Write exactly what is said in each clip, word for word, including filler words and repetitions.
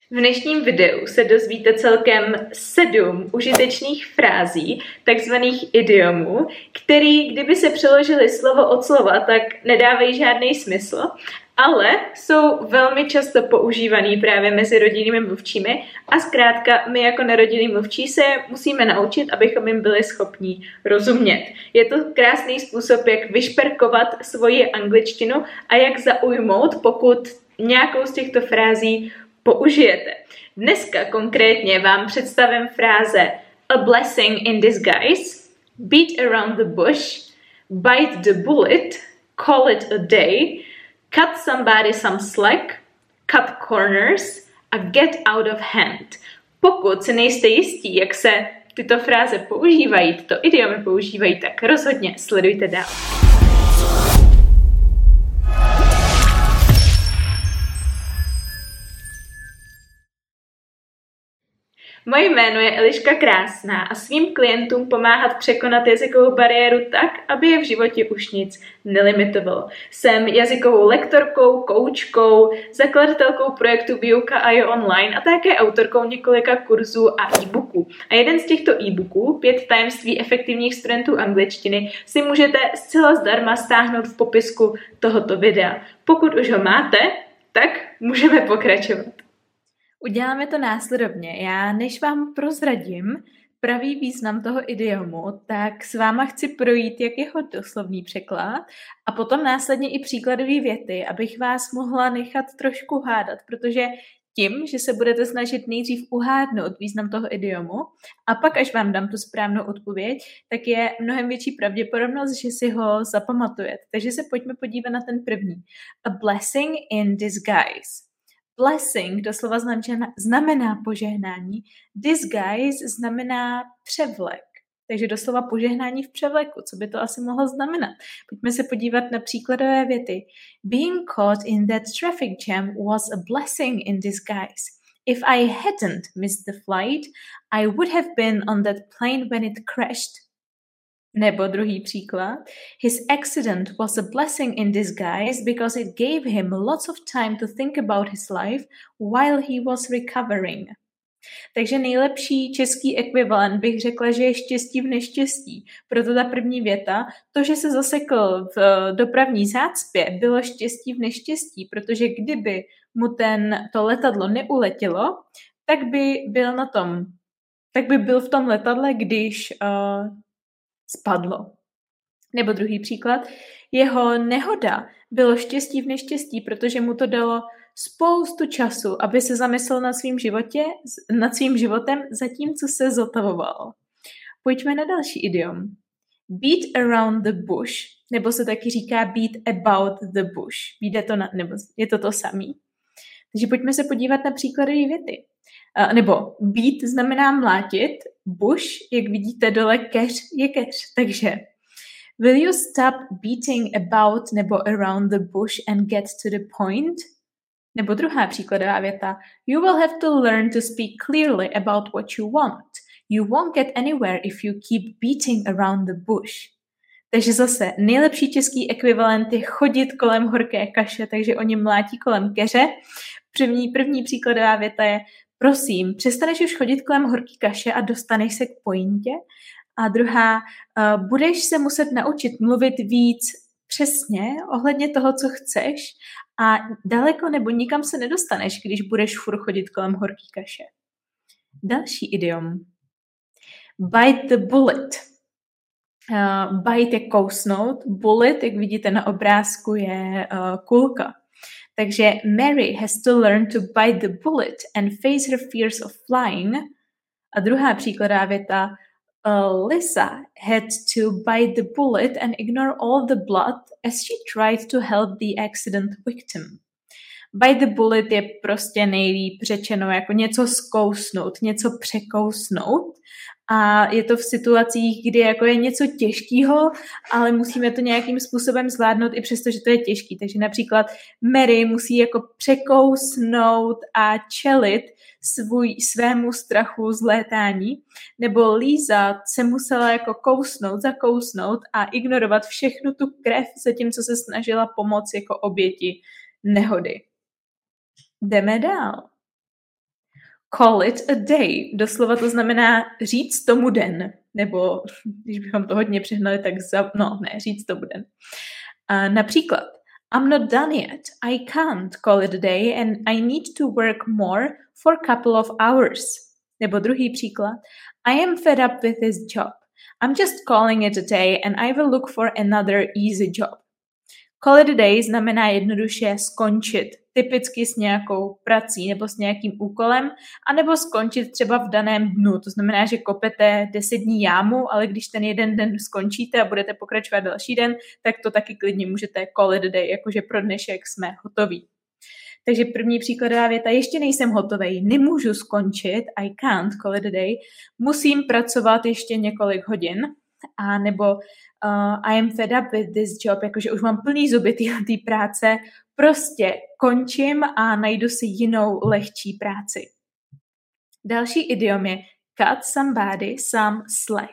V dnešním videu se dozvíte celkem sedm užitečných frází, takzvaných idiomů, který, kdyby se přeložili slovo od slova, tak nedávají žádný smysl, ale jsou velmi často používaný právě mezi rodinnými mluvčími a zkrátka my jako nerodinní mluvčí se musíme naučit, abychom jim byli schopni rozumět. Je to krásný způsob, jak vyšperkovat svoji angličtinu a jak zaujmout, pokud nějakou z těchto frází použijete. Dneska konkrétně vám představím fráze a blessing in disguise, beat around the bush, bite the bullet, call it a day, cut somebody some slack, cut corners a get out of hand. Pokud se nejste jistí, jak se tyto fráze používají, tyto idiomy používají, tak rozhodně sledujte dál. Moje jméno je Eliška Krásná a svým klientům pomáhat překonat jazykovou bariéru tak, aby je v životě už nic nelimitovalo. Jsem jazykovou lektorkou, koučkou, zakladatelkou projektu Výuka a je online a také autorkou několika kurzů a e-booků. A jeden z těchto e-booků, pět tajemství efektivních studentů angličtiny, si můžete zcela zdarma stáhnout v popisku tohoto videa. Pokud už ho máte, tak můžeme pokračovat. Uděláme to následovně. Já než vám prozradím pravý význam toho idiomu, tak s váma chci projít jak jeho doslovný překlad a potom následně i příkladové věty, abych vás mohla nechat trošku hádat, protože tím, že se budete snažit nejdřív uhádnout význam toho idiomu a pak, až vám dám tu správnou odpověď, tak je mnohem větší pravděpodobnost, že si ho zapamatujete. Takže se pojďme podívat na ten první. A blessing in disguise. Blessing doslova znamená požehnání, disguise znamená převlek, takže doslova požehnání v převleku. Co by to asi mohlo znamenat? Pojďme se podívat na příkladové věty. Being caught in that traffic jam was a blessing in disguise. If I hadn't missed the flight, I would have been on that plane when it crashed. Nebo druhý příklad. His accident was a blessing in disguise because it gave him lots of time to think about his life while he was recovering. Takže nejlepší český ekvivalent bych řekla, že je štěstí v neštěstí. Proto ta první věta, to, že se zasekl v dopravní zácpě, bylo štěstí v neštěstí, protože kdyby mu ten, to letadlo neuletělo, tak by byl na tom, tak by byl v tom letadle, když uh, spadlo. Nebo druhý příklad, jeho nehoda bylo štěstí v neštěstí, protože mu to dalo spoustu času, aby se zamyslel nad svým životě, nad svým životem, zatímco se zotavoval. Pojďme na další idiom. Beat around the bush, nebo se taky říká beat about the bush. Víte to na, nebo je to to samý. Takže pojďme se podívat na příklady věty. Uh, nebo beat znamená mlátit, bush, jak vidíte dole, keř je keř. Takže will you stop beating about nebo around the bush and get to the point? Nebo druhá příkladová věta. You will have to learn to speak clearly about what you want. You won't get anywhere if you keep beating around the bush. Takže zase nejlepší český ekvivalent je chodit kolem horké kaše, takže oni mlátí kolem keře. První, první příkladová věta je prosím, přestaneš už chodit kolem horké kaše a dostaneš se k pointě. A druhá, uh, budeš se muset naučit mluvit víc přesně ohledně toho, co chceš a daleko nebo nikam se nedostaneš, když budeš furt chodit kolem horké kaše. Další idiom. Bite the bullet. Uh, bite je kousnout, bullet, jak vidíte na obrázku, je uh, kulka. Takže Mary has to learn to bite the bullet and face her fears of flying. A druhá příkladová věta, uh, Lisa had to bite the bullet and ignore all the blood as she tried to help the accident victim. Bite the bullet je prostě nejlíp řečeno jako něco zkousnout, něco překousnout. A je to v situacích, kdy jako je něco těžkého, ale musíme to nějakým způsobem zvládnout i přesto, že to je těžký. Takže například Mary musí jako překousnout a čelit svůj, svému strachu z létání, nebo Lisa se musela jako kousnout, zakousnout a ignorovat všechnu tu krev, zatímco se snažila pomoct jako oběti nehody. Jdeme dál. call it a day. Doslova to znamená říct tomu den. Nebo, když bychom to hodně přehnali, tak za, no ne, říct tomu den. Uh, například, I'm not done yet. I can't call it a day and I need to work more for a couple of hours. Nebo druhý příklad, I am fed up with this job. I'm just calling it a day and I will look for another easy job. Call it a day znamená jednoduše skončit, typicky s nějakou prací nebo s nějakým úkolem, anebo skončit třeba v daném dnu. To znamená, že kopete deset dní jámu, ale když ten jeden den skončíte a budete pokračovat další den, tak to taky klidně můžete call it a day, jakože pro dnešek jsme hotoví. Takže první příkladová věta, ještě nejsem hotovej, nemůžu skončit, I can't call it a day, musím pracovat ještě několik hodin, a nebo uh, I am fed up with this job, jakože už mám plný zuby té práce, prostě končím a najdu si jinou lehčí práci. Další idiom je cut somebody some slack.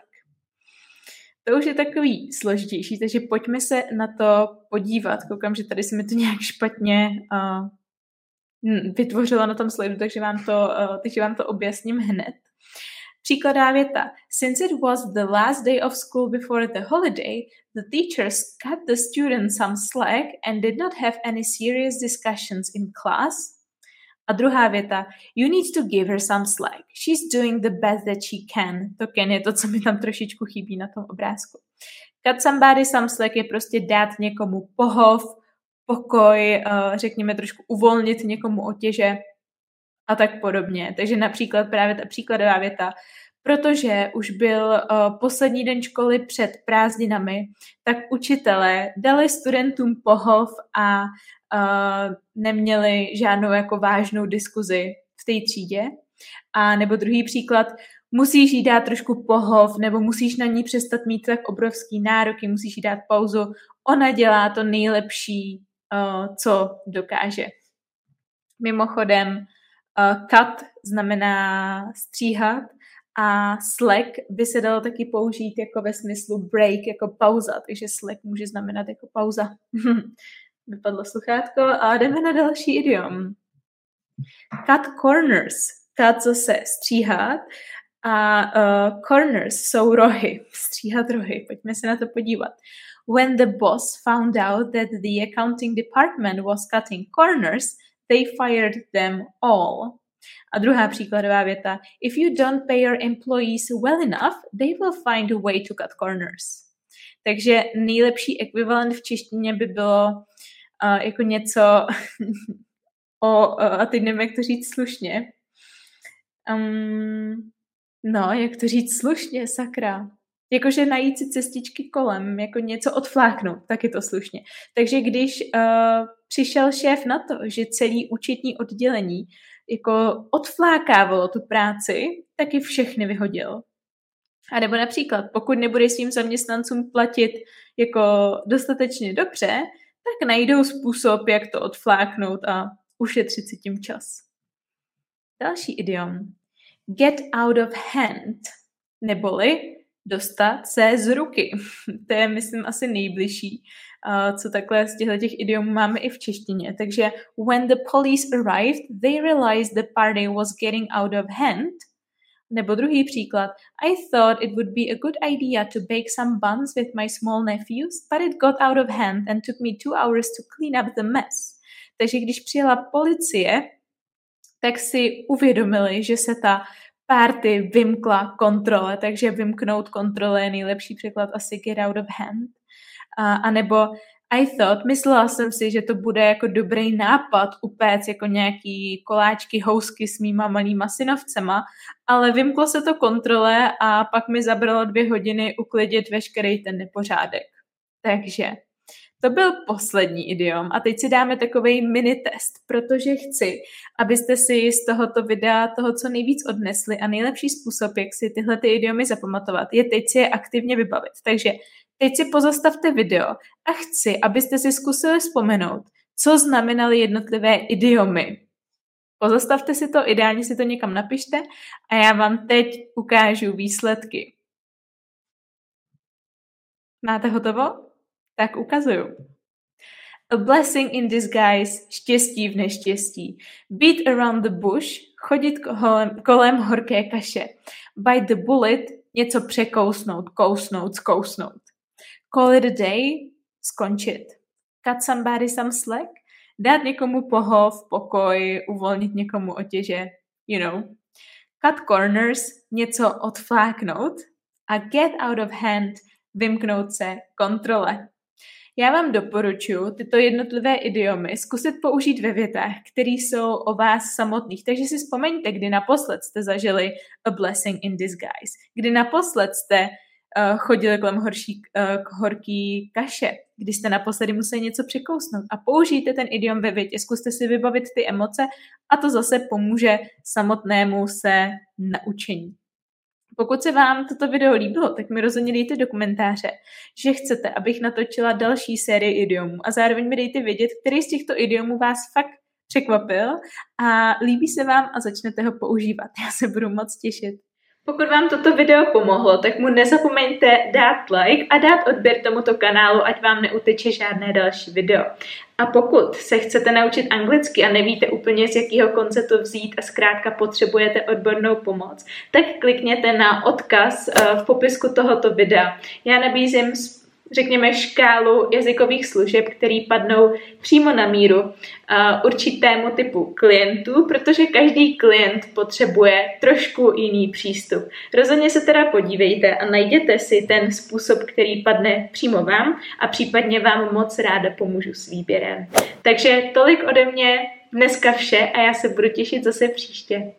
To už je takový složitější, takže pojďme se na to podívat. Koukám, že tady se mi to nějak špatně uh, vytvořila na tom slajdu, takže vám to, uh, takže vám to objasním hned. Příkladová věta. Since it was the last day of school before the holiday, the teachers cut the students some slack and did not have any serious discussions in class. A druhá věta. You need to give her some slack. She's doing the best that she can. To can je to, co mi tam trošičku chybí na tom obrázku. Cut somebody some slack je prostě dát někomu pohov, pokoj, řekněme trošku uvolnit někomu otěže a tak podobně. Takže například právě ta příkladová věta, protože už byl uh, poslední den školy před prázdninami, tak učitelé dali studentům pohov a uh, neměli žádnou jako vážnou diskuzi v té třídě. A nebo druhý příklad, musíš jí dát trošku pohov, nebo musíš na ní přestat mít tak obrovský nároky, musíš jí dát pauzu. Ona dělá to nejlepší, uh, co dokáže. Mimochodem, Uh, cut znamená stříhat a slack by se dalo taky použít jako ve smyslu break, jako pauza, takže slack může znamenat jako pauza. Vypadlo sluchátko a jdeme na další idiom. Cut corners. Cut zase stříhat a uh, corners jsou rohy. Stříhat rohy. Pojďme se na to podívat. When the boss found out that the accounting department was cutting corners, they fired them all. A druhá příkladová věta. If you don't pay your employees well enough, they will find a way to cut corners. Takže nejlepší ekvivalent v češtině by bylo uh, jako něco o, uh, a teď nevím, jak to říct slušně. Um, no, jak to říct slušně, sakra. Jakože najít si cestičky kolem, jako něco odfláknout, tak je to slušně. Takže když uh, přišel šéf na to, že celý účetní oddělení jako odflákávalo tu práci, tak ji všechny vyhodil. A nebo například, pokud nebudeš svým zaměstnancům platit jako dostatečně dobře, tak najdou způsob, jak to odfláknout a ušetřit si tím čas. Další idiom. Get out of hand, neboli dostat se z ruky. To je, myslím, asi nejbližší, uh, co takhle z těchto těch idiomů máme i v češtině. Takže when the police arrived, they realized the party was getting out of hand. Nebo druhý příklad. I thought it would be a good idea to bake some buns with my small nephews, but it got out of hand and took me two hours to clean up the mess. Takže když přijela policie, tak si uvědomili, že se ta party vymkla kontrole, takže vymknout kontrole je nejlepší překlad asi get out of hand. A, a nebo I thought, myslela jsem si, že to bude jako dobrý nápad upéct jako nějaký koláčky, housky s mýma malýma synovcema, ale vymklo se to kontrole a pak mi zabralo dvě hodiny uklidit veškerý ten nepořádek. Takže to byl poslední idiom a teď si dáme takovej mini test, protože chci, abyste si z tohoto videa toho co nejvíc odnesli a nejlepší způsob, jak si tyhle ty idiomy zapamatovat, je teď si je aktivně vybavit. Takže teď si pozastavte video a chci, abyste si zkusili vzpomenout, co znamenaly jednotlivé idiomy. Pozastavte si to, ideálně si to někam napište a já vám teď ukážu výsledky. Máte hotovo? Tak ukazuju. A blessing in disguise, štěstí v neštěstí. Beat around the bush, chodit kolem, kolem horké kaše. Bite the bullet, něco překousnout, kousnout, zkousnout. Call it a day, skončit. Cut somebody some slack, dát někomu pohov, pokoj, uvolnit někomu otěže, you know. Cut corners, něco odfláknout. A get out of hand, vymknout se kontrole. Já vám doporučuji tyto jednotlivé idiomy zkusit použít ve větách, které jsou o vás samotných. Takže si vzpomeňte, kdy naposled jste zažili a blessing in disguise. Kdy naposled jste uh, chodili kolem horší, uh, horký kaše. Kdy jste naposledy museli něco překousnout. A použijte ten idiom ve větě. Zkuste si vybavit ty emoce a to zase pomůže samotnému se naučení. Pokud se vám toto video líbilo, tak mi rozhodně dejte do komentáře, že chcete, abych natočila další sérii idiomů a zároveň mi dejte vědět, který z těchto idiomů vás fakt překvapil a líbí se vám a začnete ho používat. Já se budu moc těšit. Pokud vám toto video pomohlo, tak mu nezapomeňte dát like a dát odběr tomuto kanálu, ať vám neuteče žádné další video. A pokud se chcete naučit anglicky a nevíte úplně z jakého konce to vzít a zkrátka potřebujete odbornou pomoc, tak klikněte na odkaz v popisku tohoto videa. Já nabízím řekněme škálu jazykových služeb, které padnou přímo na míru uh, určitému typu klientů, protože každý klient potřebuje trošku jiný přístup. Rozhodně se teda podívejte a najděte si ten způsob, který padne přímo vám a případně vám moc ráda pomůžu s výběrem. Takže tolik ode mě dneska vše a já se budu těšit zase příště.